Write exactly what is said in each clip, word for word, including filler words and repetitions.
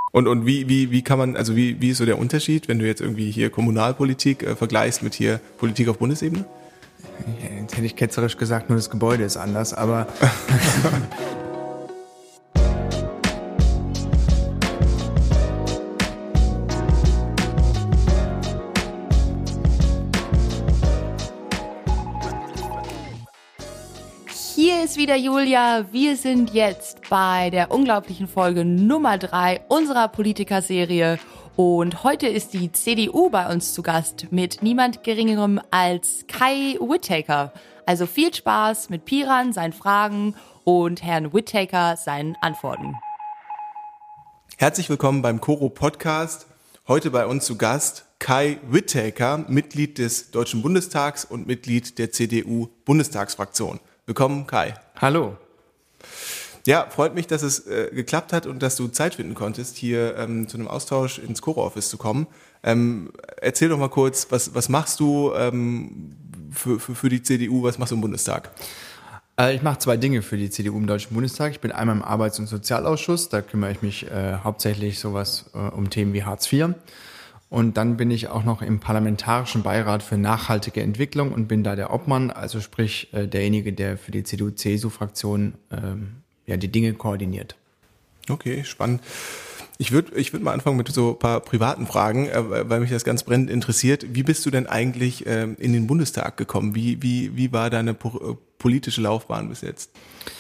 Und, und wie, wie, wie kann man, also wie, wie ist so der Unterschied, wenn du jetzt irgendwie hier Kommunalpolitik äh, vergleichst mit hier Politik auf Bundesebene? Jetzt hätte ich ketzerisch gesagt, nur das Gebäude ist anders, aber Hier ist wieder Julia. Wir sind jetzt bei der unglaublichen Folge Nummer drei unserer Politiker-Serie. Und heute ist die C D U bei uns zu Gast mit niemand Geringerem als Kai Whittaker. Also viel Spaß mit Piran, seinen Fragen und Herrn Whittaker, seinen Antworten. Herzlich willkommen beim Coro Podcast. Heute bei uns zu Gast Kai Whittaker, Mitglied des Deutschen Bundestags und Mitglied der C D U-Bundestagsfraktion. Willkommen, Kai. hallo. Ja, freut mich, dass es äh, geklappt hat und dass du Zeit finden konntest, hier ähm, zu einem Austausch ins Coro-Office zu kommen. Ähm, erzähl doch mal kurz, was, was machst du ähm, für, für, für die C D U, was machst du im Bundestag? Äh, ich mache zwei Dinge für die C D U im Deutschen Bundestag. Ich bin einmal im Arbeits- und Sozialausschuss, da kümmere ich mich äh, hauptsächlich sowas äh, um Themen wie Hartz vier. Und dann bin ich auch noch im Parlamentarischen Beirat für nachhaltige Entwicklung und bin da der Obmann, also sprich äh, derjenige, der für die C D U-C S U-Fraktion ähm, ja, die Dinge koordiniert. Okay, spannend. Ich würde ich würd mal anfangen mit so ein paar privaten Fragen, äh, weil mich das ganz brennend interessiert. Wie bist du denn eigentlich äh, in den Bundestag gekommen? Wie, wie, wie war deine po- politische Laufbahn bis jetzt?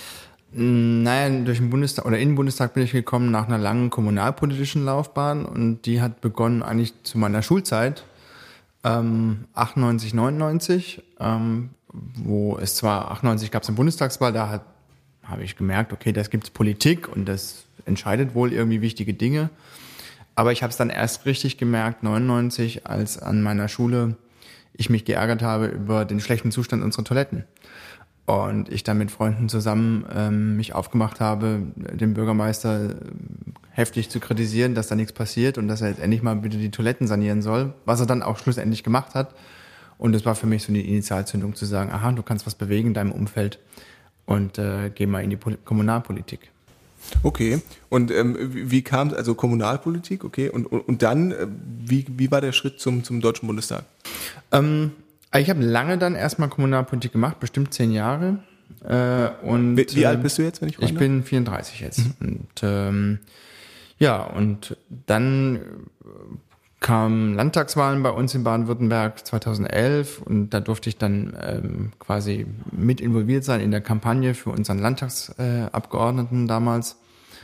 Naja, durch den Bundestag oder in den Bundestag bin ich gekommen nach einer langen kommunalpolitischen Laufbahn und die hat begonnen eigentlich zu meiner Schulzeit, ähm, achtundneunzig, neunundneunzig, ähm, wo es zwar achtundneunzig gab es eine Bundestagswahl, da hat, habe ich gemerkt, okay, das gibt's Politik und das entscheidet wohl irgendwie wichtige Dinge, aber ich habe es dann erst richtig gemerkt, neunundneunzig, als an meiner Schule ich mich geärgert habe über den schlechten Zustand unserer Toiletten. Und ich dann mit Freunden zusammen ähm, mich aufgemacht habe, den Bürgermeister heftig zu kritisieren, dass da nichts passiert und dass er jetzt endlich mal bitte die Toiletten sanieren soll, was er dann auch schlussendlich gemacht hat. Und das war für mich so die Initialzündung zu sagen, aha, du kannst was bewegen in deinem Umfeld und äh, geh mal in die Pol- Kommunalpolitik. Okay, und ähm, wie, wie kam es, also Kommunalpolitik, okay, und, und, und dann, äh, wie, wie war der Schritt zum, zum Deutschen Bundestag? Ähm, Ich habe lange dann erstmal Kommunalpolitik gemacht, bestimmt zehn Jahre. Äh, und Wie, wie alt bist du jetzt, wenn ich frage? Ich bin vierunddreißig jetzt. Mhm. Und ähm, ja, und dann kamen Landtagswahlen bei uns in Baden-Württemberg zweitausendelf und da durfte ich dann ähm, quasi mit involviert sein in der Kampagne für unseren Landtagsabgeordneten äh, damals.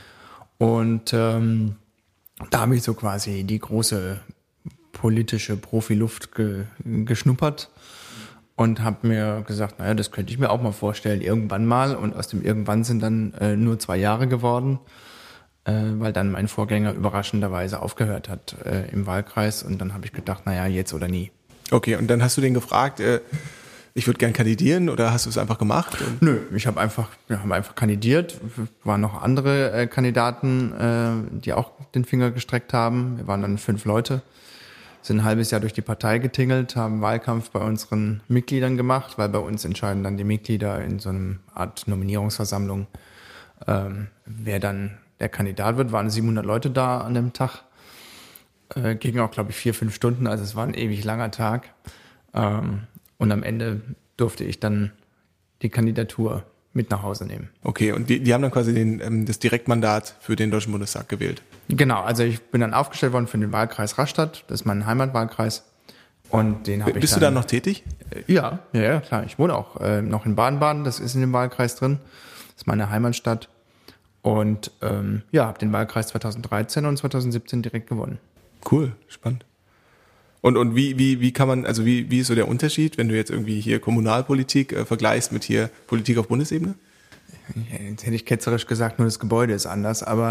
Und ähm, da habe ich so quasi die große politische Profiluft ge, geschnuppert und habe mir gesagt, naja, das könnte ich mir auch mal vorstellen, irgendwann mal. Und aus dem irgendwann sind dann äh, nur zwei Jahre geworden, äh, weil dann mein Vorgänger überraschenderweise aufgehört hat äh, im Wahlkreis. Und dann habe ich gedacht, naja, jetzt oder nie. Okay, und dann hast du den gefragt, äh, ich würde gern kandidieren, oder hast du es einfach gemacht? Und Nö, ich habe einfach, wir haben einfach kandidiert. Es waren noch andere äh, Kandidaten, äh, die auch den Finger gestreckt haben. Wir waren dann fünf Leute. Sind ein halbes Jahr durch die Partei getingelt, haben Wahlkampf bei unseren Mitgliedern gemacht, weil bei uns entscheiden dann die Mitglieder in so einer Art Nominierungsversammlung, ähm, wer dann der Kandidat wird. Waren siebenhundert Leute da an dem Tag. Äh, ging auch, glaube ich, vier, fünf Stunden, also es war ein ewig langer Tag. Ähm, und am Ende durfte ich dann die Kandidatur mit nach Hause nehmen. Okay, und die, die haben dann quasi den, ähm, das Direktmandat für den Deutschen Bundestag gewählt? Genau, also ich bin dann aufgestellt worden für den Wahlkreis Rastatt, das ist mein Heimatwahlkreis. Und den habe ich Bist dann, du da noch tätig? Ja, ja, ja, klar. Ich wohne auch äh, noch in Baden-Baden, das ist in dem Wahlkreis drin. Das ist meine Heimatstadt. Und ähm, ja, habe den Wahlkreis zweitausenddreizehn und zweitausendsiebzehn direkt gewonnen. Cool, spannend. Und, und wie, wie, wie kann man, also wie, wie ist so der Unterschied, wenn du jetzt irgendwie hier Kommunalpolitik äh, vergleichst mit hier Politik auf Bundesebene? Jetzt hätte ich ketzerisch gesagt, nur das Gebäude ist anders, aber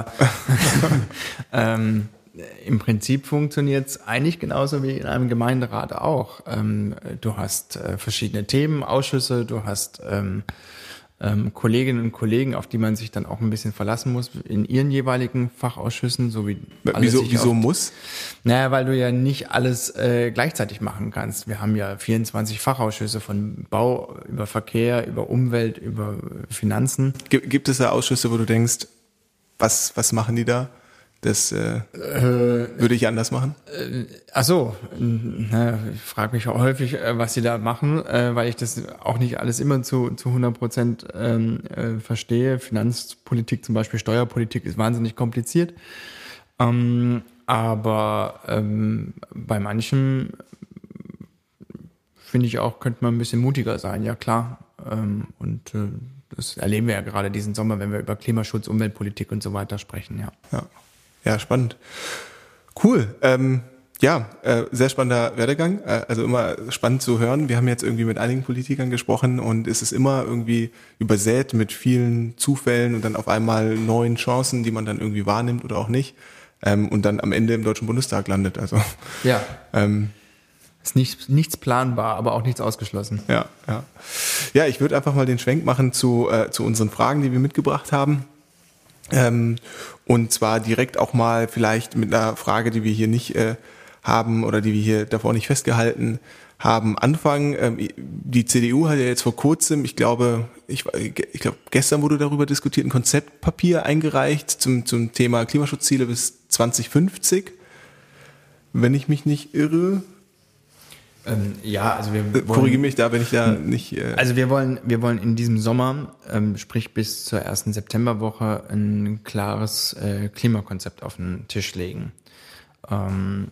ähm, im Prinzip funktioniert es eigentlich genauso wie in einem Gemeinderat auch. Ähm, du hast äh, verschiedene Themen, Ausschüsse, du hast ähm, ähm, Kolleginnen und Kollegen, auf die man sich dann auch ein bisschen verlassen muss in ihren jeweiligen Fachausschüssen, so wie alles Wieso, sich wieso auf, muss? Naja, weil du ja nicht alles äh, gleichzeitig machen kannst. Wir haben ja vierundzwanzig Fachausschüsse von Bau über Verkehr, über Umwelt, über Finanzen. Gibt es da Ausschüsse, wo du denkst, was, was machen die da? Das äh, äh, würde ich anders machen. Äh, ach so, na, ich frage mich auch häufig, äh, was sie da machen, äh, weil ich das auch nicht alles immer zu zu hundert Prozent ähm, äh, verstehe. Finanzpolitik, zum Beispiel Steuerpolitik, ist wahnsinnig kompliziert. Ähm, aber ähm, bei manchen finde ich auch, könnte man ein bisschen mutiger sein, ja klar. Ähm, und äh, das erleben wir ja gerade diesen Sommer, wenn wir über Klimaschutz, Umweltpolitik und so weiter sprechen, ja. Ja. Ja, spannend. Cool. Ähm, ja, äh, sehr spannender Werdegang. Äh, also immer spannend zu hören. Wir haben jetzt irgendwie mit einigen Politikern gesprochen und es ist immer irgendwie übersät mit vielen Zufällen und dann auf einmal neuen Chancen, die man dann irgendwie wahrnimmt oder auch nicht. Ähm, und dann am Ende im Deutschen Bundestag landet. Also ja. Ähm, ist nicht, nichts planbar, aber auch nichts ausgeschlossen. Ja, ja. Ja, ich würde einfach mal den Schwenk machen zu, äh, zu unseren Fragen, die wir mitgebracht haben. Ähm, und zwar direkt auch mal vielleicht mit einer Frage, die wir hier nicht äh, haben oder die wir hier davor nicht festgehalten haben, anfangen. Ähm, die C D U hat ja jetzt vor kurzem, ich glaube, ich, ich glaube, gestern wurde darüber diskutiert, ein Konzeptpapier eingereicht zum, zum Thema Klimaschutzziele bis zwanzig fünfzig. Wenn ich mich nicht irre. Ähm, ja, also wir wollen, korrigiere mich da, wenn ich da nicht. Äh also wir wollen, wir wollen in diesem Sommer, ähm, sprich bis zur ersten Septemberwoche, ein klares äh, Klimakonzept auf den Tisch legen. Ähm,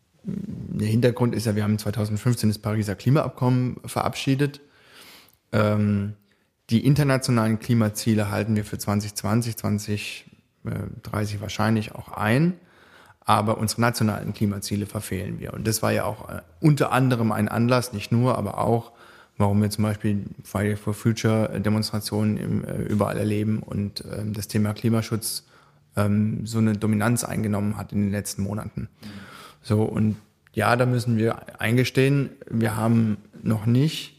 der Hintergrund ist ja, wir haben zweitausendfünfzehn das Pariser Klimaabkommen verabschiedet. Ähm, die internationalen Klimaziele halten wir für zwanzig zwanzig, zwanzig dreißig wahrscheinlich auch ein. Aber unsere nationalen Klimaziele verfehlen wir. Und das war ja auch äh, unter anderem ein Anlass, nicht nur, aber auch, warum wir zum Beispiel Friday for Future Demonstrationen im, äh, überall erleben und ähm, das Thema Klimaschutz ähm, so eine Dominanz eingenommen hat in den letzten Monaten. So, und ja, da müssen wir eingestehen, wir haben noch nicht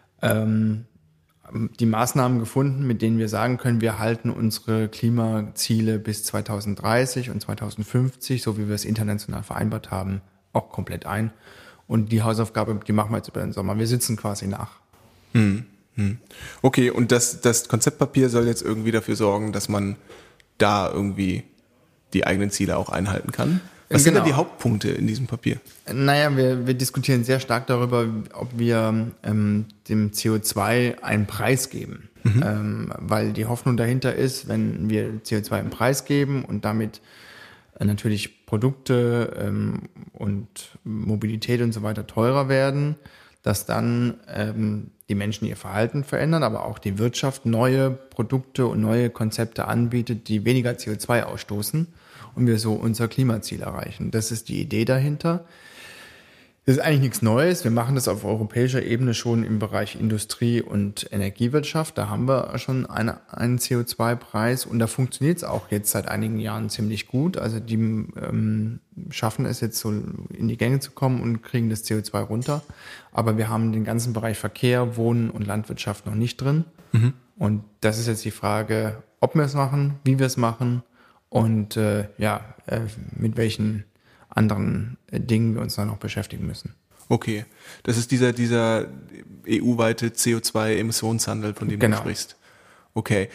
ähm, die Maßnahmen gefunden, mit denen wir sagen können, wir halten unsere Klimaziele bis zweitausenddreißig und zweitausendfünfzig, so wie wir es international vereinbart haben, auch komplett ein. Und die Hausaufgabe, die machen wir jetzt über den Sommer. Wir sitzen quasi nach. Hm, hm. Okay, und das, das Konzeptpapier soll jetzt irgendwie dafür sorgen, dass man da irgendwie die eigenen Ziele auch einhalten kann? Was genau. sind denn die Hauptpunkte in diesem Papier? Naja, wir, wir diskutieren sehr stark darüber, ob wir ähm, dem C O zwei einen Preis geben. Mhm. Ähm, weil die Hoffnung dahinter ist, wenn wir C O zwei einen Preis geben und damit äh, natürlich Produkte ähm, und Mobilität und so weiter teurer werden, dass dann ähm, die Menschen ihr Verhalten verändern, aber auch die Wirtschaft neue Produkte und neue Konzepte anbietet, die weniger C O zwei ausstoßen. Und wir so unser Klimaziel erreichen. Das ist die Idee dahinter. Das ist eigentlich nichts Neues. Wir machen das auf europäischer Ebene schon im Bereich Industrie und Energiewirtschaft. Da haben wir schon eine, einen C O zwei Preis und da funktioniert es auch jetzt seit einigen Jahren ziemlich gut. Also die ähm, schaffen es jetzt so in die Gänge zu kommen und kriegen das C O zwei runter. Aber wir haben den ganzen Bereich Verkehr, Wohnen und Landwirtschaft noch nicht drin. Mhm. Und das ist jetzt die Frage, ob wir es machen, wie wir es machen. Und äh, ja, äh, mit welchen anderen äh, Dingen wir uns da noch beschäftigen müssen. Okay, das ist dieser dieser E U-weite C O zwei Emissionshandel, von dem genau. du sprichst. Okay,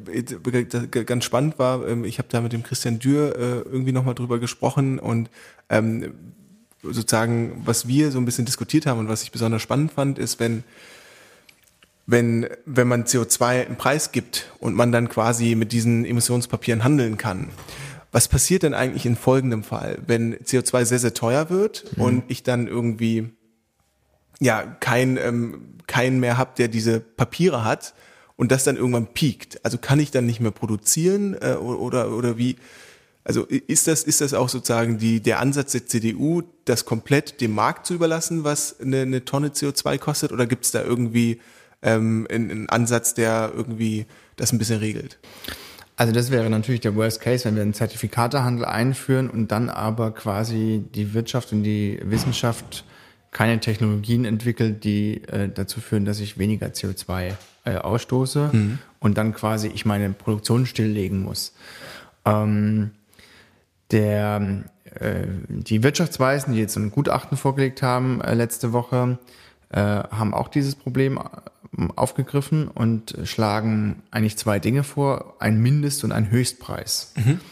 ganz spannend war, ich habe da mit dem Christian Dürr irgendwie nochmal drüber gesprochen und ähm, sozusagen, was wir so ein bisschen diskutiert haben und was ich besonders spannend fand, ist, wenn Wenn, wenn man C O zwei einen Preis gibt und man dann quasi mit diesen Emissionspapieren handeln kann. Was passiert denn eigentlich in folgendem Fall, wenn C O zwei sehr, sehr teuer wird mhm. und ich dann irgendwie ja kein ähm, keinen mehr habe, der diese Papiere hat und das dann irgendwann piekt? Also kann ich dann nicht mehr produzieren äh, oder oder wie? Also ist das ist das auch sozusagen die der Ansatz der C D U, das komplett dem Markt zu überlassen, was eine, eine Tonne C O zwei kostet, oder gibt es da irgendwie Ähm, in, in Ansatz, der irgendwie das ein bisschen regelt? Also das wäre natürlich der Worst Case, wenn wir einen Zertifikatehandel einführen und dann aber quasi die Wirtschaft und die Wissenschaft keine Technologien entwickelt, die äh, dazu führen, dass ich weniger C O zwei äh, ausstoße mhm. und dann quasi ich meine Produktion stilllegen muss. Ähm, der, äh, die Wirtschaftsweisen, die jetzt ein Gutachten vorgelegt haben äh, letzte Woche, äh, haben auch dieses Problem aufgegriffen und schlagen eigentlich zwei Dinge vor, ein Mindest- und ein Höchstpreis. Mhm.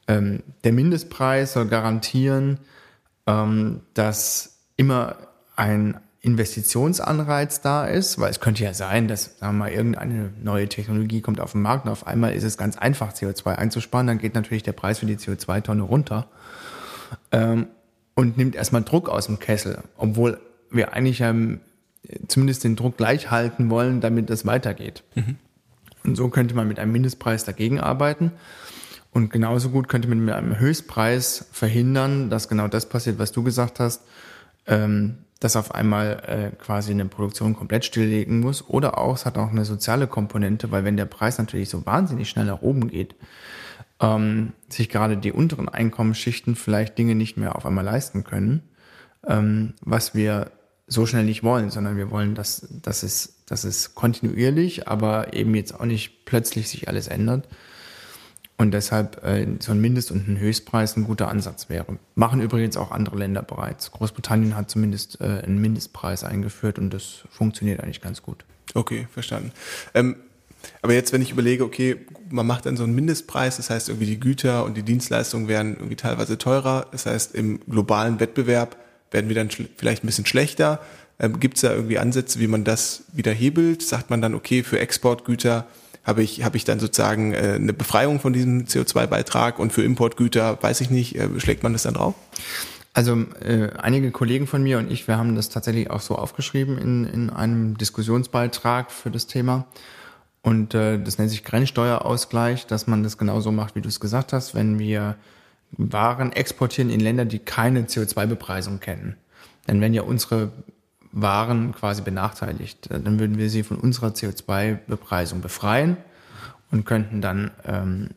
ähm, der Mindestpreis soll garantieren, ähm, dass immer ein Investitionsanreiz da ist, weil es könnte ja sein, dass, sagen wir mal, irgendeine neue Technologie kommt auf den Markt und auf einmal ist es ganz einfach, C O zwei einzusparen, dann geht natürlich der Preis für die C O zwei Tonne runter ähm, und nimmt erstmal Druck aus dem Kessel, obwohl wir eigentlich ähm, zumindest den Druck gleich halten wollen, damit es weitergeht. Mhm. Und so könnte man mit einem Mindestpreis dagegen arbeiten. Und genauso gut könnte man mit einem Höchstpreis verhindern, dass genau das passiert, was du gesagt hast, ähm, dass auf einmal äh, quasi eine Produktion komplett stilllegen muss. Oder auch, es hat auch eine soziale Komponente, weil wenn der Preis natürlich so wahnsinnig schnell nach oben geht, ähm, sich gerade die unteren Einkommensschichten vielleicht Dinge nicht mehr auf einmal leisten können, ähm, was wir so schnell nicht wollen, sondern wir wollen, dass, dass, es, dass es kontinuierlich, aber eben jetzt auch nicht plötzlich sich alles ändert. Und deshalb äh, so ein Mindest- und ein Höchstpreis ein guter Ansatz wäre. Machen übrigens auch andere Länder bereits. Großbritannien hat zumindest äh, einen Mindestpreis eingeführt und das funktioniert eigentlich ganz gut. Okay, verstanden. Ähm, aber jetzt, wenn ich überlege, okay, man macht dann so einen Mindestpreis, das heißt irgendwie die Güter und die Dienstleistungen werden irgendwie teilweise teurer. Das heißt, im globalen Wettbewerb werden wir dann schl- vielleicht ein bisschen schlechter. Ähm, gibt es da irgendwie Ansätze, wie man das wieder hebelt? Sagt man dann, okay, für Exportgüter habe ich, habe ich dann sozusagen äh, eine Befreiung von diesem C O zwei Beitrag und für Importgüter, weiß ich nicht, äh, schlägt man das dann drauf? Also äh, einige Kollegen von mir und ich, wir haben das tatsächlich auch so aufgeschrieben in, in einem Diskussionsbeitrag für das Thema. Und äh, das nennt sich Grenzsteuerausgleich, dass man das genauso macht, wie du es gesagt hast, wenn wir Waren exportieren in Länder, die keine C O zwei Bepreisung kennen. Dann werden ja unsere Waren quasi benachteiligt. Dann würden wir sie von unserer C O zwei Bepreisung befreien und könnten dann ähm,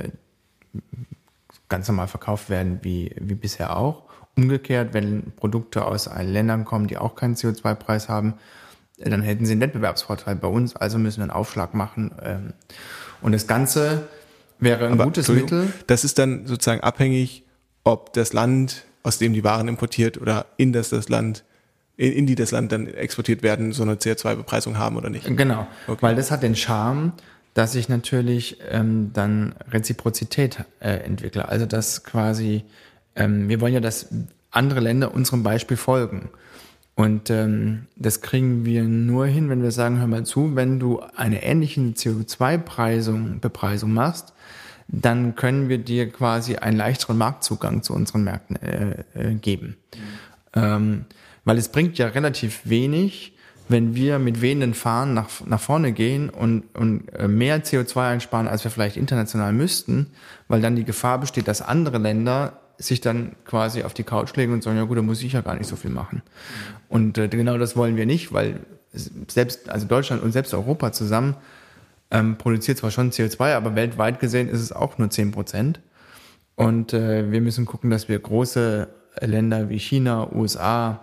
ganz normal verkauft werden, wie, wie bisher auch. Umgekehrt, wenn Produkte aus Ländern kommen, die auch keinen C O zwei Preis haben, dann hätten sie einen Wettbewerbsvorteil bei uns, also müssen wir einen Aufschlag machen. Ähm, und das Ganze wäre ein Aber, gutes Mittel. Das ist dann sozusagen abhängig, ob das Land, aus dem die Waren importiert oder in das das Land In, in die das Land dann exportiert werden, so eine C O zwei Bepreisung haben oder nicht? Genau, okay. Weil das hat den Charme, dass ich natürlich ähm, dann Reziprozität äh, entwickle. Also dass quasi, ähm, wir wollen ja, dass andere Länder unserem Beispiel folgen. Und ähm, das kriegen wir nur hin, wenn wir sagen, hör mal zu, wenn du eine ähnliche C O zwei Preisung, Bepreisung machst, dann können wir dir quasi einen leichteren Marktzugang zu unseren Märkten äh, äh, geben. Mhm. Ähm, Weil es bringt ja relativ wenig, wenn wir mit wehenden Fahnen nach, nach vorne gehen und, und mehr C O zwei einsparen, als wir vielleicht international müssten, weil dann die Gefahr besteht, dass andere Länder sich dann quasi auf die Couch legen und sagen, ja gut, da muss ich ja gar nicht so viel machen. Und äh, genau das wollen wir nicht, weil selbst, also Deutschland und selbst Europa zusammen ähm, produziert zwar schon C O zwei, aber weltweit gesehen ist es auch nur zehn Prozent. Und äh, wir müssen gucken, dass wir große Länder wie China, U S A,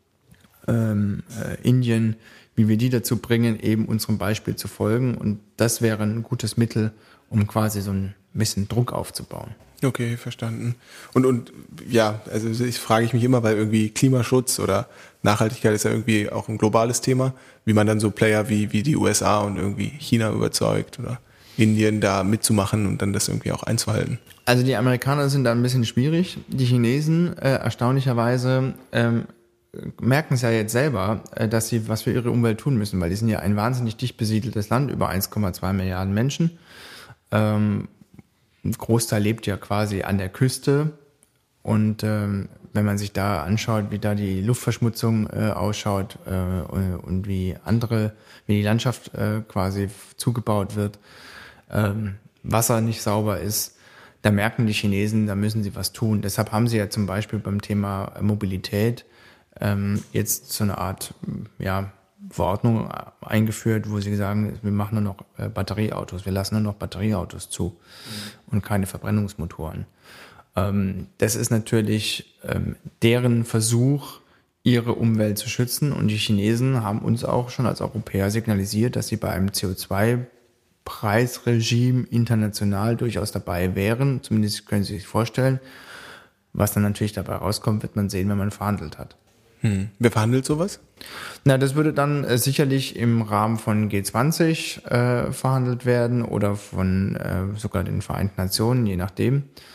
Ähm, äh, Indien, wie wir die dazu bringen, eben unserem Beispiel zu folgen. Und das wäre ein gutes Mittel, um quasi so ein bisschen Druck aufzubauen. Okay, verstanden. Und, und ja, also ich frage ich mich immer, weil irgendwie Klimaschutz oder Nachhaltigkeit ist ja irgendwie auch ein globales Thema, wie man dann so Player wie, wie die U S A und irgendwie China überzeugt oder Indien da mitzumachen und dann das irgendwie auch einzuhalten. Also die Amerikaner sind da ein bisschen schwierig. Die Chinesen, äh, erstaunlicherweise, ähm, merken es ja jetzt selber, dass sie was für ihre Umwelt tun müssen, weil die sind ja ein wahnsinnig dicht besiedeltes Land, über eins Komma zwei Milliarden Menschen. Ähm, ein Großteil lebt ja quasi an der Küste und ähm, wenn man sich da anschaut, wie da die Luftverschmutzung äh, ausschaut äh, und wie andere, wie die Landschaft äh, quasi zugebaut wird, ähm, Wasser nicht sauber ist, da merken die Chinesen, da müssen sie was tun. Deshalb haben sie ja zum Beispiel beim Thema Mobilität jetzt so eine Art ja, Verordnung eingeführt, wo sie sagen, wir machen nur noch äh, Batterieautos, wir lassen nur noch Batterieautos zu mhm. und keine Verbrennungsmotoren. Ähm, das ist natürlich ähm, deren Versuch, ihre Umwelt zu schützen und die Chinesen haben uns auch schon als Europäer signalisiert, dass sie bei einem C O zwei Preisregime international durchaus dabei wären, zumindest können sie sich vorstellen. Was dann natürlich dabei rauskommt, wird man sehen, wenn man verhandelt hat. Hm. Wer verhandelt sowas? Na, das würde dann äh, sicherlich im Rahmen von G zwanzig äh, verhandelt werden oder von äh, sogar den Vereinten Nationen, je nachdem.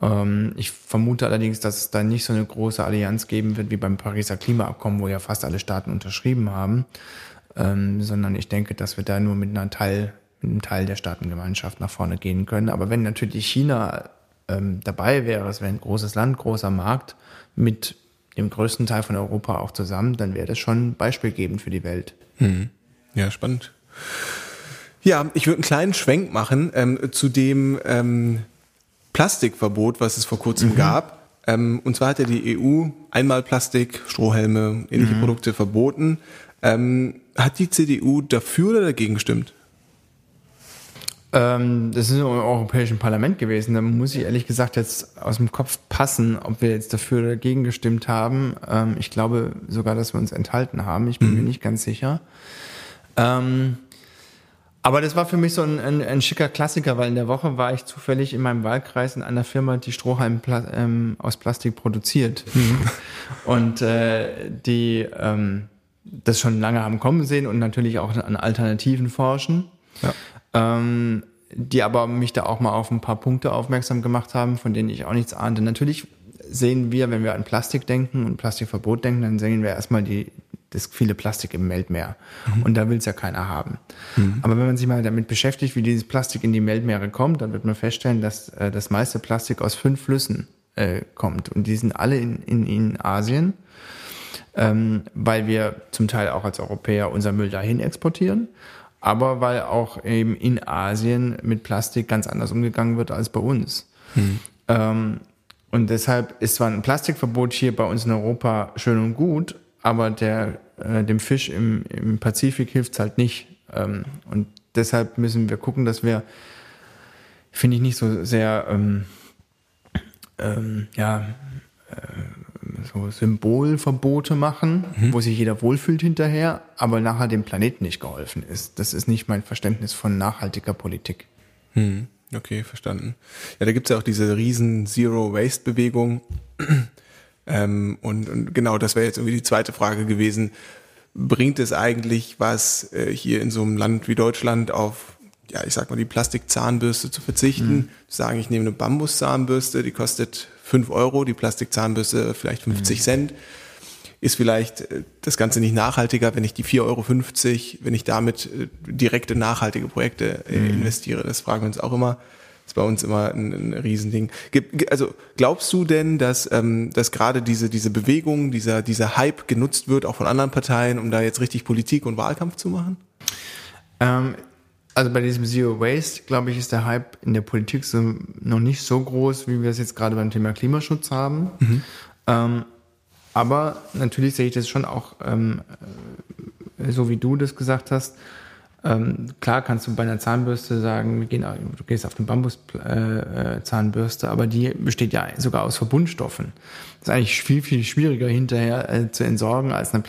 Ähm, ich vermute allerdings, dass es da nicht so eine große Allianz geben wird wie beim Pariser Klimaabkommen, wo ja fast alle Staaten unterschrieben haben, ähm, sondern ich denke, dass wir da nur mit einer Teil, mit einem Teil der Staatengemeinschaft nach vorne gehen können. Aber wenn natürlich China ähm, dabei wäre, es wäre ein großes Land, großer Markt mit dem größten Teil von Europa auch zusammen, dann wäre das schon beispielgebend für die Welt. Hm. Ja, spannend. Ja, ich würde einen kleinen Schwenk machen ähm, zu dem ähm, Plastikverbot, was es vor kurzem mhm. gab. Ähm, und zwar hat ja die E U Einmalplastik, Strohhelme, ähnliche mhm. Produkte verboten. Ähm, hat die C D U dafür oder dagegen gestimmt? Ähm, das ist im Europäischen Parlament gewesen. Da muss ich ehrlich gesagt jetzt aus dem Kopf passen, ob wir jetzt dafür oder dagegen gestimmt haben. Ähm, ich glaube sogar, dass wir uns enthalten haben. Ich bin mhm. mir nicht ganz sicher. Ähm, aber das war für mich so ein, ein, ein schicker Klassiker, weil in der Woche war ich zufällig in meinem Wahlkreis in einer Firma, die Strohhalme Pla- ähm, aus Plastik produziert. Mhm. Und äh, die ähm, das schon lange haben kommen sehen und natürlich auch an Alternativen forschen. Ja. Ähm, die aber mich da auch mal auf ein paar Punkte aufmerksam gemacht haben, von denen ich auch nichts ahnte. Natürlich sehen wir, wenn wir an Plastik denken und Plastikverbot denken, dann sehen wir erstmal die, das viele Plastik im Weltmeer. Mhm. Und da will es ja keiner haben. Mhm. Aber wenn man sich mal damit beschäftigt, wie dieses Plastik in die Weltmeere kommt, dann wird man feststellen, dass äh, das meiste Plastik aus fünf Flüssen äh, kommt. Und die sind alle in, in, in Asien, ähm, weil wir zum Teil auch als Europäer unser Müll dahin exportieren. Aber weil auch eben in Asien mit Plastik ganz anders umgegangen wird als bei uns. Hm. Ähm, und deshalb ist zwar ein Plastikverbot hier bei uns in Europa schön und gut, aber der, äh, dem Fisch im, im Pazifik hilft es halt nicht. Ähm, und deshalb müssen wir gucken, dass wir, finde ich, nicht so sehr ähm, ähm, ja, äh, so Symbolverbote machen, mhm. wo sich jeder wohlfühlt hinterher, aber nachher dem Planeten nicht geholfen ist. Das ist nicht mein Verständnis von nachhaltiger Politik. Hm, okay, verstanden. Ja, da gibt's ja auch diese riesen Zero-Waste-Bewegung. ähm, und, und genau, das wäre jetzt irgendwie die zweite Frage gewesen. Bringt es eigentlich was, äh, hier in so einem Land wie Deutschland auf, ja, ich sag mal, die Plastikzahnbürste zu verzichten? Mhm. Zu sagen, ich nehme eine Bambuszahnbürste, die kostet fünf Euro, die Plastikzahnbürste vielleicht fünfzig mhm. Cent. Ist vielleicht das Ganze nicht nachhaltiger, wenn ich die vier Euro fünfzig, wenn ich damit direkte nachhaltige Projekte mhm. investiere? Das fragen wir uns auch immer. Das ist bei uns immer ein, ein Riesending. Also glaubst du denn, dass, ähm, dass gerade diese, diese Bewegung, dieser, dieser Hype genutzt wird, auch von anderen Parteien, um da jetzt richtig Politik und Wahlkampf zu machen? Ähm, Also bei diesem Zero Waste, glaube ich, ist der Hype in der Politik so noch nicht so groß, wie wir es jetzt gerade beim Thema Klimaschutz haben. Mhm. Ähm, aber natürlich sehe ich das schon auch, ähm, so wie du das gesagt hast. Ähm, klar kannst du bei einer Zahnbürste sagen, wir gehen, du gehst auf eine Bambuszahnbürste, äh, aber die besteht ja sogar aus Verbundstoffen. Das ist eigentlich viel, viel schwieriger hinterher äh, zu entsorgen als eine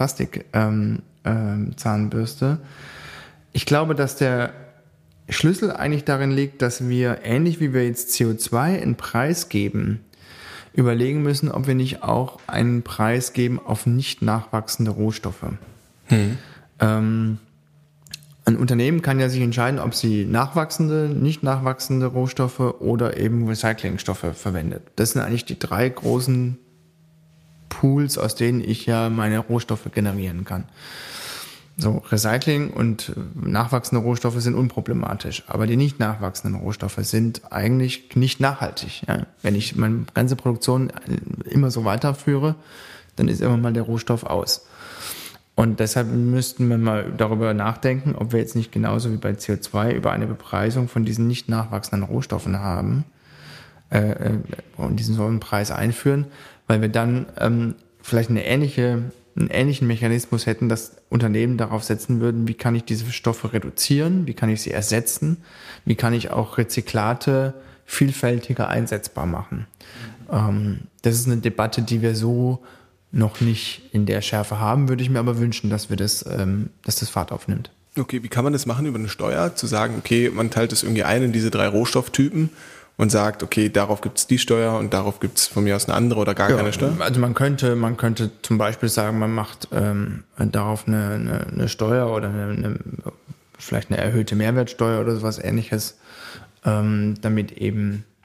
Plastikzahnbürste. Ähm, äh, ich glaube, dass der Schlüssel eigentlich darin liegt, dass wir, ähnlich wie wir jetzt C O zwei einen Preis geben, überlegen müssen, ob wir nicht auch einen Preis geben auf nicht nachwachsende Rohstoffe. Hm. Ähm, ein Unternehmen kann ja sich entscheiden, ob sie nachwachsende, nicht nachwachsende Rohstoffe oder eben Recyclingstoffe verwendet. Das sind eigentlich die drei großen Pools, aus denen ich ja meine Rohstoffe generieren kann. So, Recycling und nachwachsende Rohstoffe sind unproblematisch, aber die nicht nachwachsenden Rohstoffe sind eigentlich nicht nachhaltig. Ja. Wenn ich meine ganze Produktion immer so weiterführe, dann ist immer mal der Rohstoff aus. Und deshalb müssten wir mal darüber nachdenken, ob wir jetzt nicht genauso wie bei C O zwei über eine Bepreisung von diesen nicht nachwachsenden Rohstoffen haben äh, und diesen so einen Preis einführen, weil wir dann ähm, vielleicht eine ähnliche einen ähnlichen Mechanismus hätten, dass Unternehmen darauf setzen würden, wie kann ich diese Stoffe reduzieren, wie kann ich sie ersetzen, wie kann ich auch Rezyklate vielfältiger einsetzbar machen. Ähm, das ist eine Debatte, die wir so noch nicht in der Schärfe haben, würde ich mir aber wünschen, dass wir das, ähm, dass das Fahrt aufnimmt. Okay, wie kann man das machen über eine Steuer? Zu sagen, okay, man teilt es irgendwie ein in diese drei Rohstofftypen und sagt, okay, darauf gibt es die Steuer und darauf gibt es von mir aus eine andere oder gar ja, keine Steuer? Also man könnte, man könnte zum Beispiel sagen, man macht ähm, darauf eine, eine, eine Steuer oder eine, eine, vielleicht eine erhöhte Mehrwertsteuer oder sowas Ähnliches, ähm, damit eben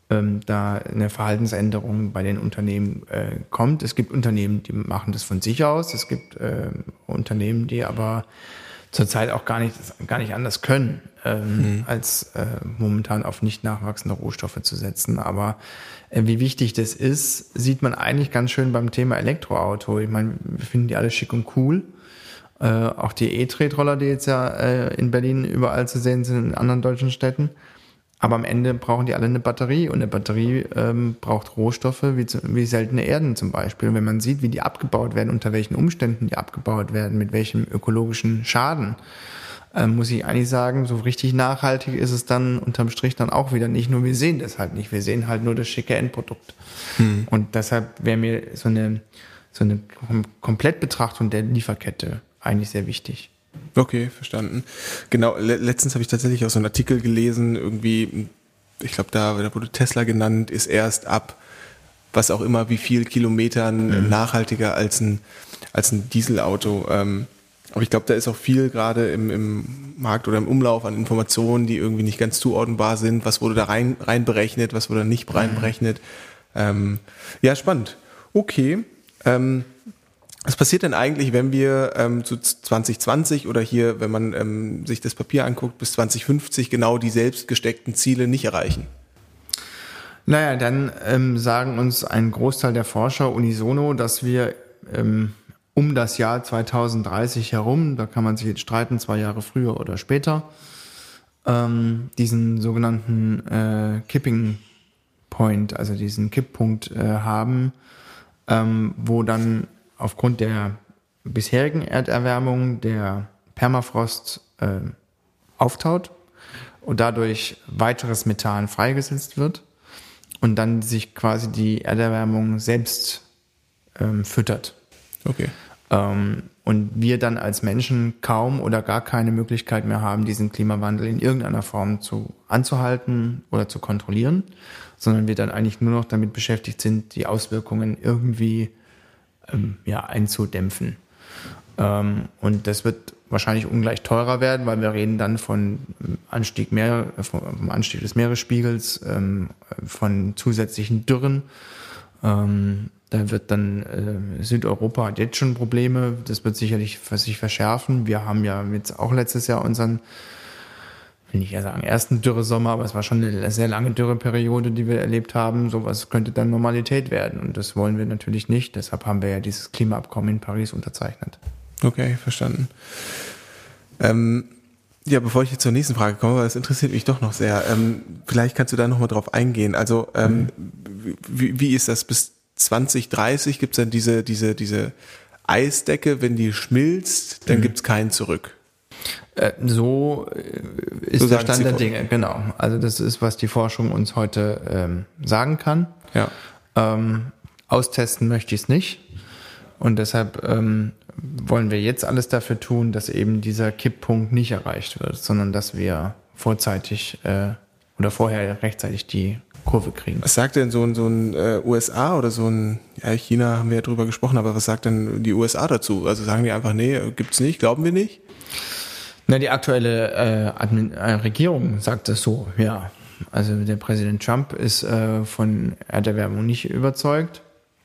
ähm, da eine Verhaltensänderung bei den Unternehmen äh, kommt. Es gibt Unternehmen, die machen das von sich aus. Es gibt äh, Unternehmen, die aber zurzeit auch gar nicht, gar nicht anders können, ähm, mhm. als äh, momentan auf nicht nachwachsende Rohstoffe zu setzen. Aber äh, wie wichtig das ist, sieht man eigentlich ganz schön beim Thema Elektroauto. Ich meine, wir finden die alle schick und cool. Äh, auch die E-Tretroller, die jetzt ja äh, in Berlin überall zu sehen sind, in anderen deutschen Städten. Aber am Ende brauchen die alle eine Batterie und eine Batterie ähm, braucht Rohstoffe wie, wie seltene Erden zum Beispiel. Und wenn man sieht, wie die abgebaut werden, unter welchen Umständen die abgebaut werden, mit welchem ökologischen Schaden, ähm, muss ich eigentlich sagen, so richtig nachhaltig ist es dann unterm Strich dann auch wieder nicht. Nur wir sehen das halt nicht. Wir sehen halt nur das schicke Endprodukt. Hm. Und deshalb wäre mir so eine, so eine Komplettbetrachtung der Lieferkette eigentlich sehr wichtig. Okay, verstanden. Genau, le- letztens habe ich tatsächlich auch so einen Artikel gelesen, irgendwie, ich glaube, da, da wurde Tesla genannt, ist erst ab, was auch immer, wie viel Kilometern mhm. nachhaltiger als ein, als ein Dieselauto. Ähm, aber ich glaube, da ist auch viel gerade im, im Markt oder im Umlauf an Informationen, die irgendwie nicht ganz zuordnenbar sind. Was wurde da rein, rein berechnet, was wurde nicht rein berechnet. Mhm. Ähm, ja, spannend. Okay, ähm, was passiert denn eigentlich, wenn wir ähm, zu zwanzig zwanzig oder hier, wenn man ähm, sich das Papier anguckt, bis zwanzig fünfzig genau die selbst gesteckten Ziele nicht erreichen? Naja, dann ähm, sagen uns ein Großteil der Forscher unisono, dass wir ähm, um das Jahr zwanzig dreißig herum, da kann man sich jetzt streiten, zwei Jahre früher oder später, ähm, diesen sogenannten äh, Kipping Point, also diesen Kipppunkt äh, haben, ähm, wo dann aufgrund der bisherigen Erderwärmung der Permafrost äh, auftaut und dadurch weiteres Methan freigesetzt wird und dann sich quasi die Erderwärmung selbst ähm, füttert. Okay. Ähm, und wir dann als Menschen kaum oder gar keine Möglichkeit mehr haben, diesen Klimawandel in irgendeiner Form zu anzuhalten oder zu kontrollieren, sondern wir dann eigentlich nur noch damit beschäftigt sind, die Auswirkungen irgendwie ähm, ja, einzudämpfen. Ähm, und das wird wahrscheinlich ungleich teurer werden, weil wir reden dann von Anstieg mehr, vom Anstieg des Meeresspiegels, ähm, von zusätzlichen Dürren. Ähm, da wird dann äh, Südeuropa hat jetzt schon Probleme. Das wird sicherlich für sich verschärfen. Wir haben ja jetzt auch letztes Jahr unseren, will nicht eher sagen ersten Dürresommer, aber es war schon eine sehr lange Dürreperiode, die wir erlebt haben. Sowas könnte dann Normalität werden und das wollen wir natürlich nicht. Deshalb haben wir ja dieses Klimaabkommen in Paris unterzeichnet. Okay, verstanden. Ähm, ja, bevor ich jetzt zur nächsten Frage komme, weil das interessiert mich doch noch sehr. Ähm, vielleicht kannst du da nochmal drauf eingehen. Also ähm, mhm. wie, wie ist das bis zwanzig dreißig? Gibt es dann diese, diese, diese Eisdecke, wenn die schmilzt, dann mhm. gibt es keinen zurück? Äh, so ist so der Stand der Dinge, genau. Also das ist, was die Forschung uns heute ähm, sagen kann. Ja. Ähm, austesten möchte ich es nicht. Und deshalb ähm, wollen wir jetzt alles dafür tun, dass eben dieser Kipppunkt nicht erreicht wird, sondern dass wir vorzeitig äh, oder vorher rechtzeitig die Kurve kriegen. Was sagt denn so ein, so ein äh, U S A oder so ein, ja, China haben wir ja drüber gesprochen, aber was sagt denn die U S A dazu? Also sagen die einfach, nee, gibt's nicht, glauben wir nicht? Na, die aktuelle äh, Admin- äh, Regierung sagt das so, ja. Also der Präsident Trump ist äh, von Erderwärmung nicht überzeugt.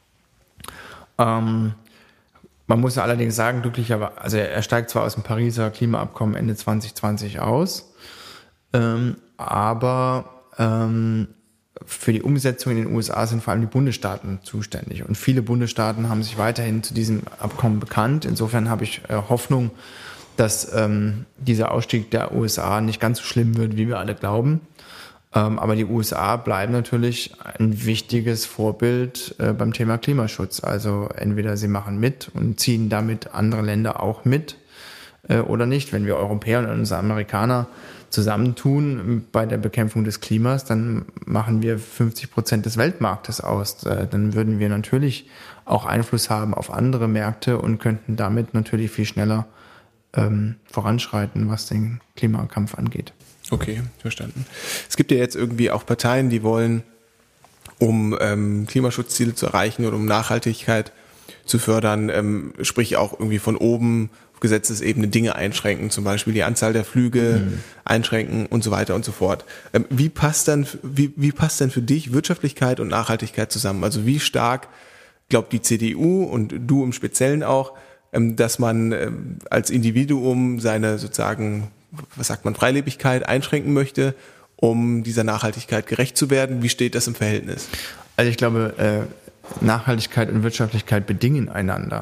Ähm, man muss allerdings sagen, glücklicherweise, also er steigt zwar aus dem Pariser Klimaabkommen Ende zwanzig zwanzig aus, ähm, aber ähm, für die Umsetzung in den U S A sind vor allem die Bundesstaaten zuständig. Und viele Bundesstaaten haben sich weiterhin zu diesem Abkommen bekannt. Insofern habe ich äh, Hoffnung, dass ähm, dieser Ausstieg der U S A nicht ganz so schlimm wird, wie wir alle glauben. Ähm, aber die U S A bleiben natürlich ein wichtiges Vorbild äh, beim Thema Klimaschutz. Also entweder sie machen mit und ziehen damit andere Länder auch mit äh, oder nicht. Wenn wir Europäer und unsere Amerikaner zusammentun bei der Bekämpfung des Klimas, dann machen wir fünfzig Prozent des Weltmarktes aus. Äh, dann würden wir natürlich auch Einfluss haben auf andere Märkte und könnten damit natürlich viel schneller ähm, voranschreiten, was den Klimakampf angeht. Okay, verstanden. Es gibt ja jetzt irgendwie auch Parteien, die wollen, um ähm, Klimaschutzziele zu erreichen oder um Nachhaltigkeit zu fördern, ähm, sprich auch irgendwie von oben Gesetzesebene Dinge einschränken, zum Beispiel die Anzahl der Flüge mhm. einschränken und so weiter und so fort. Ähm, wie passt dann, wie, wie passt denn für dich Wirtschaftlichkeit und Nachhaltigkeit zusammen? Also wie stark glaubt die C D U und du im Speziellen auch, ähm, dass man ähm, als Individuum seine sozusagen, was sagt man, Freilebigkeit einschränken möchte, um dieser Nachhaltigkeit gerecht zu werden? Wie steht das im Verhältnis? Also ich glaube, äh, Nachhaltigkeit und Wirtschaftlichkeit bedingen einander.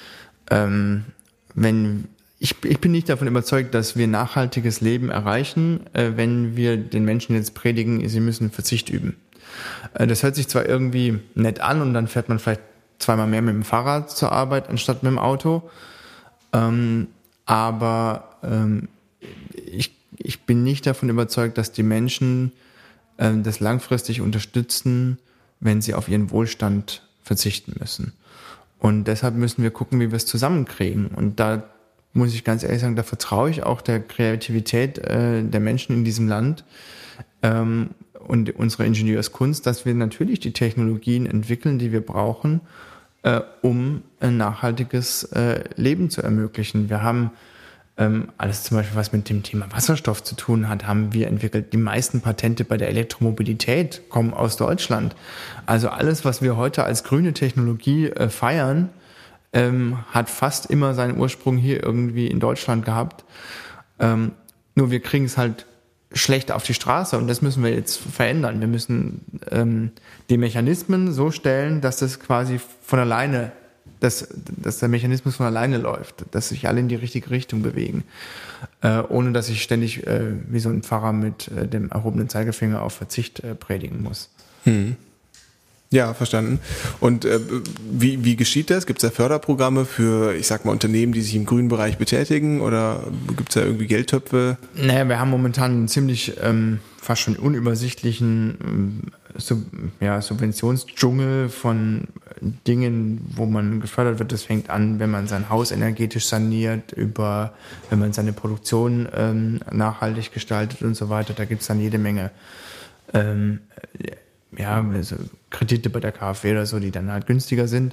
Ähm, wenn ich, ich bin nicht davon überzeugt, dass wir nachhaltiges Leben erreichen, äh, wenn wir den Menschen jetzt predigen, sie müssen Verzicht üben. Äh, das hört sich zwar irgendwie nett an und dann fährt man vielleicht zweimal mehr mit dem Fahrrad zur Arbeit anstatt mit dem Auto, ähm, aber ähm, ich, ich bin nicht davon überzeugt, dass die Menschen äh, das langfristig unterstützen, wenn sie auf ihren Wohlstand verzichten müssen. Und deshalb müssen wir gucken, wie wir es zusammenkriegen. Und da muss ich ganz ehrlich sagen, da vertraue ich auch der Kreativität äh, der Menschen in diesem Land ähm, und unserer Ingenieurskunst, dass wir natürlich die Technologien entwickeln, die wir brauchen, äh, um ein nachhaltiges äh, Leben zu ermöglichen. Wir haben ähm, alles zum Beispiel, was mit dem Thema Wasserstoff zu tun hat, haben wir entwickelt. Die meisten Patente bei der Elektromobilität kommen aus Deutschland. Also alles, was wir heute als grüne Technologie äh, feiern, ähm, hat fast immer seinen Ursprung hier irgendwie in Deutschland gehabt. Ähm, nur wir kriegen es halt schlecht auf die Straße und das müssen wir jetzt verändern. Wir müssen ähm, die Mechanismen so stellen, dass das quasi von alleine Dass, dass der Mechanismus von alleine läuft, dass sich alle in die richtige Richtung bewegen, äh, ohne dass ich ständig äh, wie so ein Pfarrer mit äh, dem erhobenen Zeigefinger auf Verzicht äh, predigen muss. Hm. Ja, verstanden. Und äh, wie, wie geschieht das? Gibt es da Förderprogramme für, ich sag mal, Unternehmen, die sich im grünen Bereich betätigen, oder gibt es da irgendwie Geldtöpfe? Naja, wir haben momentan einen ziemlich ähm, fast schon unübersichtlichen ähm, Sub, ja, Subventionsdschungel von Dingen, wo man gefördert wird. Das fängt an, wenn man sein Haus energetisch saniert, über wenn man seine Produktion ähm, nachhaltig gestaltet und so weiter. Da gibt es dann jede Menge ähm, ja, also Kredite bei der KfW oder so, die dann halt günstiger sind.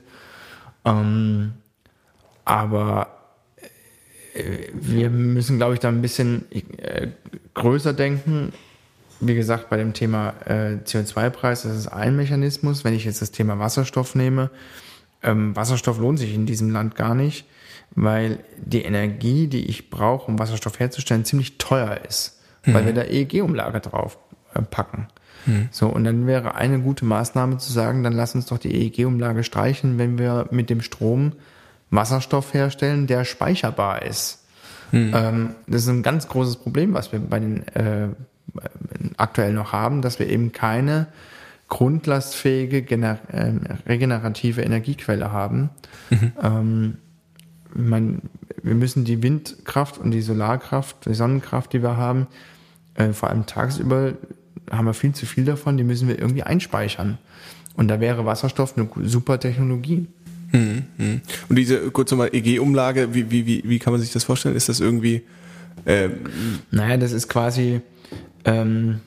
Ähm, aber äh, wir müssen, glaube ich, da ein bisschen äh, größer denken. Wie gesagt, bei dem Thema äh, C O zwei Preis, das ist ein Mechanismus. Wenn ich jetzt das Thema Wasserstoff nehme, ähm, Wasserstoff lohnt sich in diesem Land gar nicht, weil die Energie, die ich brauche, um Wasserstoff herzustellen, ziemlich teuer ist, mhm. weil wir da E E G-Umlage drauf äh, packen. Mhm. So, und dann wäre eine gute Maßnahme zu sagen, dann lass uns doch die E E G-Umlage streichen, wenn wir mit dem Strom Wasserstoff herstellen, der speicherbar ist. Mhm. Ähm, das ist ein ganz großes Problem, was wir bei den äh, aktuell noch haben, dass wir eben keine grundlastfähige gener- äh, regenerative Energiequelle haben. Mhm. Ähm, man, wir müssen die Windkraft und die Solarkraft, die Sonnenkraft, die wir haben, äh, vor allem tagsüber haben wir viel zu viel davon, die müssen wir irgendwie einspeichern. Und da wäre Wasserstoff eine super Technologie. Mhm. Und diese, kurz nochmal, E E G-Umlage, wie, wie, wie, wie kann man sich das vorstellen? Ist das irgendwie... Ähm naja, das ist quasi... Ähm,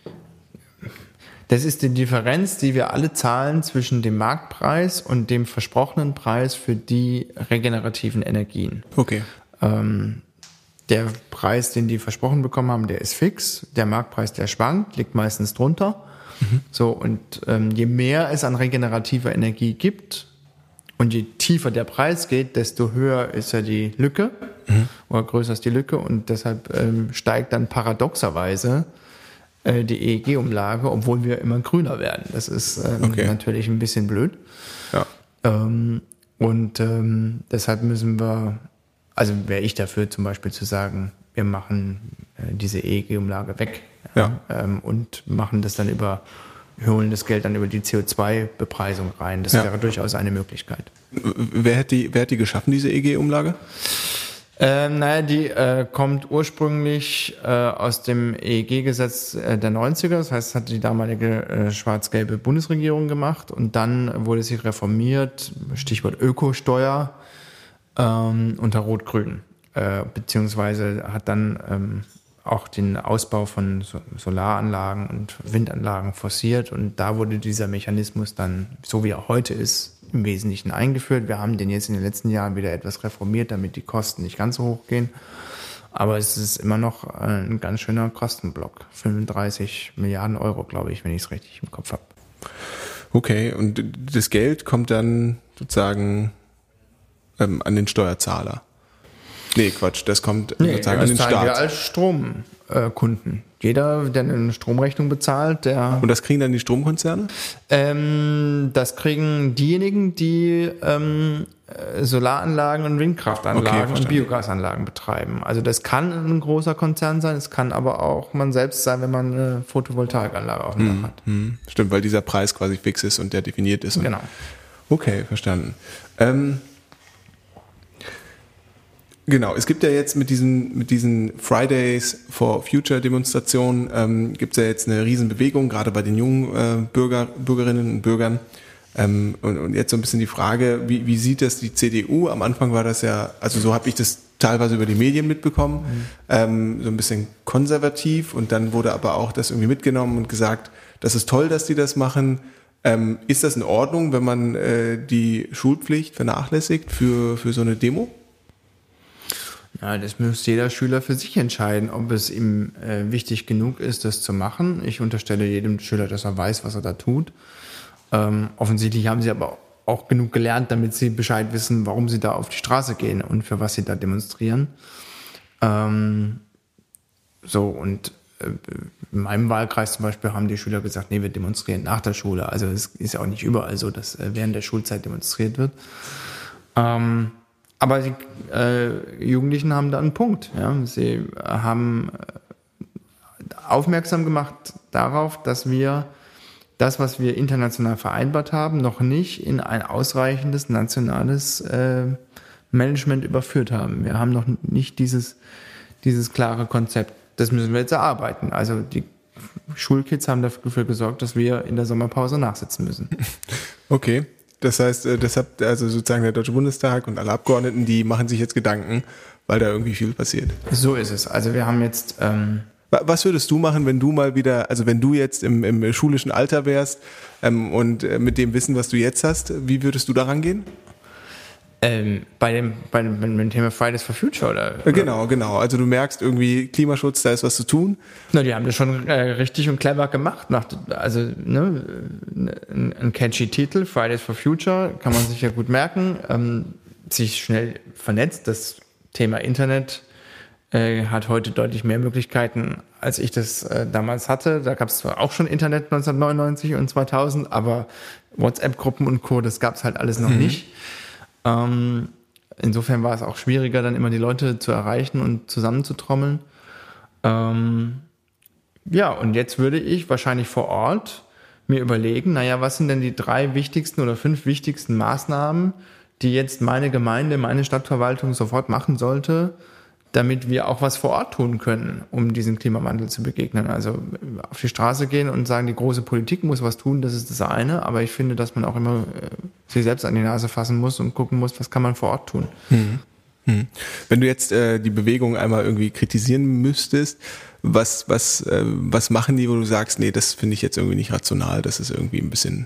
das ist die Differenz, die wir alle zahlen zwischen dem Marktpreis und dem versprochenen Preis für die regenerativen Energien. Okay. Ähm, der Preis, den die versprochen bekommen haben, der ist fix. Der Marktpreis, der schwankt, liegt meistens drunter. Mhm. So, und ähm, je mehr es an regenerativer Energie gibt und je tiefer der Preis geht, desto höher ist ja die Lücke, mhm. oder größer ist die Lücke, und deshalb ähm, steigt dann paradoxerweise äh, die E E G-Umlage, obwohl wir immer grüner werden. Das ist ähm, okay. natürlich ein bisschen blöd. Ja. Ähm, und ähm, deshalb müssen wir, also wäre ich dafür zum Beispiel zu sagen, wir machen äh, diese E E G-Umlage weg, ja, ja. Ähm, und machen das dann über holen das Geld dann über die C O zwei Bepreisung rein. Das ja. wäre durchaus eine Möglichkeit. Wer hat die, wer hat die geschaffen, diese E E G-Umlage? Ähm, naja, die äh, kommt ursprünglich äh, aus dem E E G-Gesetz äh, der neunziger. Das heißt, das hat die damalige äh, schwarz-gelbe Bundesregierung gemacht. Und dann wurde sie reformiert, Stichwort Ökosteuer, ähm, unter Rot-Grün. Äh, beziehungsweise hat dann ähm, auch den Ausbau von Solaranlagen und Windanlagen forciert, und da wurde dieser Mechanismus dann, so wie er heute ist, im Wesentlichen eingeführt. Wir haben den jetzt in den letzten Jahren wieder etwas reformiert, damit die Kosten nicht ganz so hoch gehen. Aber es ist immer noch ein ganz schöner Kostenblock. fünfunddreißig Milliarden Euro, glaube ich, wenn ich es richtig im Kopf habe. Okay, und das Geld kommt dann sozusagen ähm, an den Steuerzahler? Nee, Quatsch, das kommt nee, sozusagen das an den zahlen Staat. Wir als Stromkunden. Jeder, der eine Stromrechnung bezahlt, der... Und das kriegen dann die Stromkonzerne? Ähm, das kriegen diejenigen, die ähm, Solaranlagen und Windkraftanlagen Okay, und Biogasanlagen betreiben. Also das kann ein großer Konzern sein, es kann aber auch man selbst sein, wenn man eine Photovoltaikanlage auf dem Hm, Dach hat. hm. Stimmt, weil dieser Preis quasi fix ist und der definiert ist. Und Genau. Okay, verstanden. Ähm, genau, es gibt ja jetzt mit diesen, mit diesen Fridays for Future Demonstrationen, ähm, gibt es ja jetzt eine Riesenbewegung, gerade bei den jungen äh, Bürger, Bürgerinnen und Bürgern. Ähm, und, und jetzt so ein bisschen die Frage, wie, wie sieht das die C D U? Am Anfang war das ja, also so habe ich das teilweise über die Medien mitbekommen, mhm. ähm, so ein bisschen konservativ, und dann wurde aber auch das irgendwie mitgenommen und gesagt, das ist toll, dass die das machen. Ähm, ist das in Ordnung, wenn man äh, die Schulpflicht vernachlässigt für, für so eine Demo? Ja, das muss jeder Schüler für sich entscheiden, ob es ihm äh, wichtig genug ist, das zu machen. Ich unterstelle jedem Schüler, dass er weiß, was er da tut. Ähm, offensichtlich haben sie aber auch genug gelernt, damit sie Bescheid wissen, warum sie da auf die Straße gehen und für was sie da demonstrieren. Ähm, so, und äh, in meinem Wahlkreis zum Beispiel haben die Schüler gesagt, nee, wir demonstrieren nach der Schule. Also es ist ja auch nicht überall so, dass äh, während der Schulzeit demonstriert wird. Ähm, aber die äh, Jugendlichen haben da einen Punkt. Ja? Sie haben äh, aufmerksam gemacht darauf, dass wir das, was wir international vereinbart haben, noch nicht in ein ausreichendes nationales äh, Management überführt haben. Wir haben noch nicht dieses, dieses klare Konzept. Das müssen wir jetzt erarbeiten. Also die Schulkids haben dafür gesorgt, dass wir in der Sommerpause nachsitzen müssen. Okay, das heißt, deshalb, also sozusagen der Deutsche Bundestag und alle Abgeordneten, die machen sich jetzt Gedanken, weil da irgendwie viel passiert. So ist es. Also wir haben jetzt... Ähm, Was würdest du machen, wenn du mal wieder, also wenn du jetzt im, im schulischen Alter wärst ähm, und äh, mit dem Wissen, was du jetzt hast, wie würdest du daran gehen? Ähm, bei dem, bei dem, bei dem Thema Fridays for Future, oder? oder? Genau, genau. Also du merkst irgendwie Klimaschutz, da ist was zu tun. Na, die haben das schon äh, richtig und clever gemacht. Nach, also ne, ein, ein catchy Titel, Fridays for Future, kann man sich ja gut merken. Ähm, sich schnell vernetzt. Das Thema Internet äh, hat heute deutlich mehr Möglichkeiten, als ich das äh, damals hatte. Da gab es zwar auch schon Internet neunzehnhundertneunundneunzig und zweitausend, aber WhatsApp-Gruppen und Co., das gab es halt alles noch mhm. nicht. Ähm, insofern war es auch schwieriger, dann immer die Leute zu erreichen und zusammenzutrommeln. Ähm, ja, und jetzt würde ich wahrscheinlich vor Ort mir überlegen, naja, was sind denn die drei wichtigsten oder fünf wichtigsten Maßnahmen, die jetzt meine Gemeinde, meine Stadtverwaltung sofort machen sollte, damit wir auch was vor Ort tun können, um diesem Klimawandel zu begegnen. Also auf die Straße gehen und sagen, die große Politik muss was tun, das ist das eine. Aber ich finde, dass man auch immer äh, sich selbst an die Nase fassen muss und gucken muss, was kann man vor Ort tun. Hm. Hm. Wenn du jetzt äh, die Bewegung einmal irgendwie kritisieren müsstest, was, was, äh, was machen die, wo du sagst, nee, das finde ich jetzt irgendwie nicht rational, das ist irgendwie ein bisschen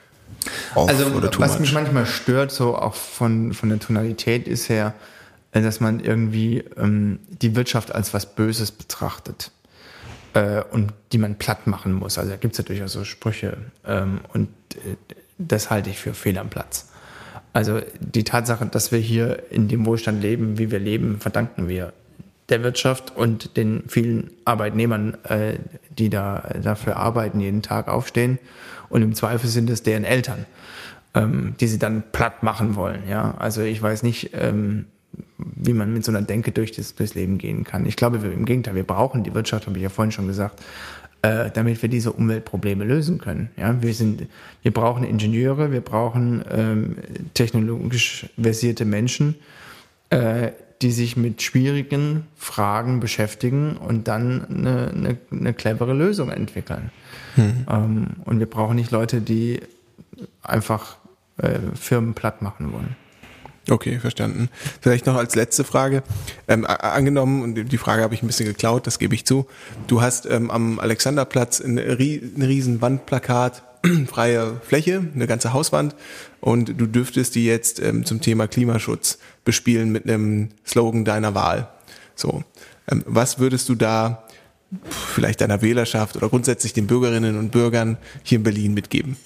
off also, oder too was much. Mich manchmal stört, so auch von, von der Tonalität ist her, dass man irgendwie ähm, die Wirtschaft als was Böses betrachtet äh, und die man platt machen muss. Also da gibt es ja durchaus so Sprüche ähm, und äh, das halte ich für fehl am Platz. Also die Tatsache, dass wir hier in dem Wohlstand leben, wie wir leben, verdanken wir der Wirtschaft und den vielen Arbeitnehmern, äh, die da dafür arbeiten, jeden Tag aufstehen, und im Zweifel sind es deren Eltern, ähm, die sie dann platt machen wollen. Ja, also ich weiß nicht, ähm, wie man mit so einer Denke durch das, durchs Leben gehen kann. Ich glaube, wir, im Gegenteil, wir brauchen die Wirtschaft, habe ich ja vorhin schon gesagt, äh, damit wir diese Umweltprobleme lösen können. Ja, wir sind, wir brauchen Ingenieure, wir brauchen ähm, technologisch versierte Menschen, äh, die sich mit schwierigen Fragen beschäftigen und dann eine, eine, eine clevere Lösung entwickeln. Mhm. Ähm, und wir brauchen nicht Leute, die einfach äh, Firmen platt machen wollen. Okay, verstanden. Vielleicht noch als letzte Frage. Ähm, angenommen, und die Frage habe ich ein bisschen geklaut, das gebe ich zu. Du hast ähm, am Alexanderplatz ein, ein riesen Wandplakat freie Fläche, eine ganze Hauswand, und du dürftest die jetzt ähm, zum Thema Klimaschutz bespielen mit einem Slogan deiner Wahl. So, ähm, was würdest du da vielleicht deiner Wählerschaft oder grundsätzlich den Bürgerinnen und Bürgern hier in Berlin mitgeben?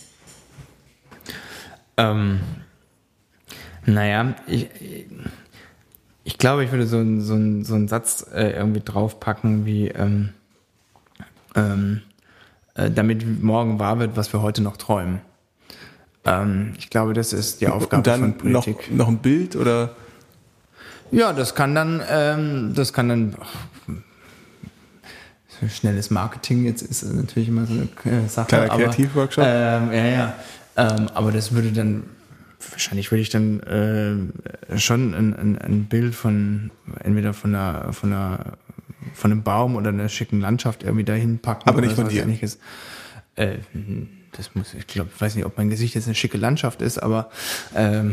Ähm, naja, ich, ich glaube, ich würde so, so, so einen Satz äh, irgendwie draufpacken wie ähm, ähm, äh, damit morgen wahr wird, was wir heute noch träumen. Ähm, ich glaube, das ist die Aufgabe und dann von Politik. Noch, noch ein Bild oder? Ja, das kann dann, ähm, das kann dann ach, schnelles Marketing jetzt ist natürlich immer so eine äh, Sache. Kleiner Kreativworkshop. Ähm, ja, ja. Ähm, aber das würde dann, wahrscheinlich würde ich dann äh, schon ein, ein, ein Bild von, entweder von einer, von einer, von einem Baum oder einer schicken Landschaft irgendwie dahin packen. Aber nicht oder von dir. Ähnliches. Äh, das muss, ich glaube, ich weiß nicht, ob mein Gesicht jetzt eine schicke Landschaft ist, aber ähm,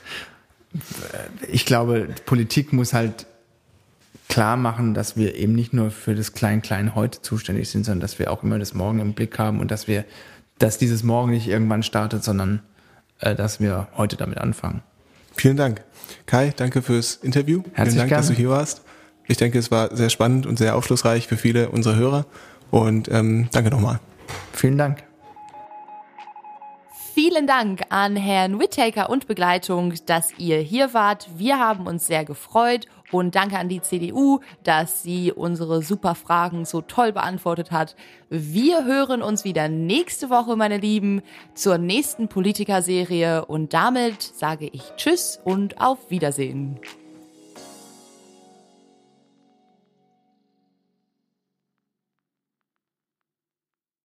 ich glaube, Politik muss halt klar machen, dass wir eben nicht nur für das Klein-Klein heute zuständig sind, sondern dass wir auch immer das Morgen im Blick haben und dass wir, dass dieses Morgen nicht irgendwann startet, sondern äh, dass wir heute damit anfangen. Vielen Dank. Kai, danke fürs Interview. Herzlich Vielen Dank, gerne. dass du hier warst. Ich denke, es war sehr spannend und sehr aufschlussreich für viele unserer Hörer. Und ähm, danke nochmal. Vielen Dank. Vielen Dank an Herrn Whittaker und Begleitung, dass ihr hier wart. Wir haben uns sehr gefreut und danke an die C D U, dass sie unsere super Fragen so toll beantwortet hat. Wir hören uns wieder nächste Woche, meine Lieben, zur nächsten Politikerserie und damit sage ich Tschüss und auf Wiedersehen.